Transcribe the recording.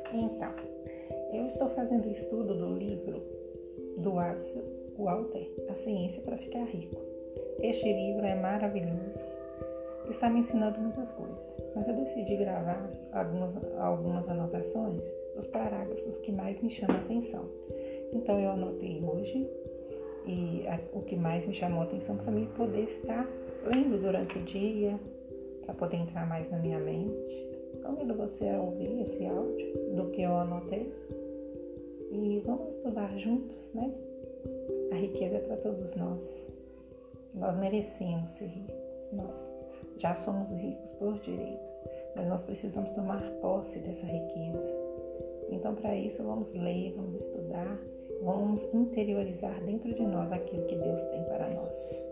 Então, eu estou fazendo o estudo do livro do Alisson Walter, A Ciência para Ficar Rico. Este livro é maravilhoso, está me ensinando muitas coisas, mas eu decidi gravar algumas anotações dos parágrafos que mais me chamam a atenção. Então eu anotei hoje e o que mais me chamou a atenção para mim poder estar lendo durante o dia, para poder entrar mais na minha mente. Convido você a ouvir esse áudio do que eu anotei e vamos estudar juntos, né? A riqueza é para todos nós. Nós merecemos ser ricos. Nós já somos ricos por direito, mas nós precisamos tomar posse dessa riqueza. Então, para isso, vamos ler, vamos estudar, vamos interiorizar dentro de nós aquilo que Deus tem para nós.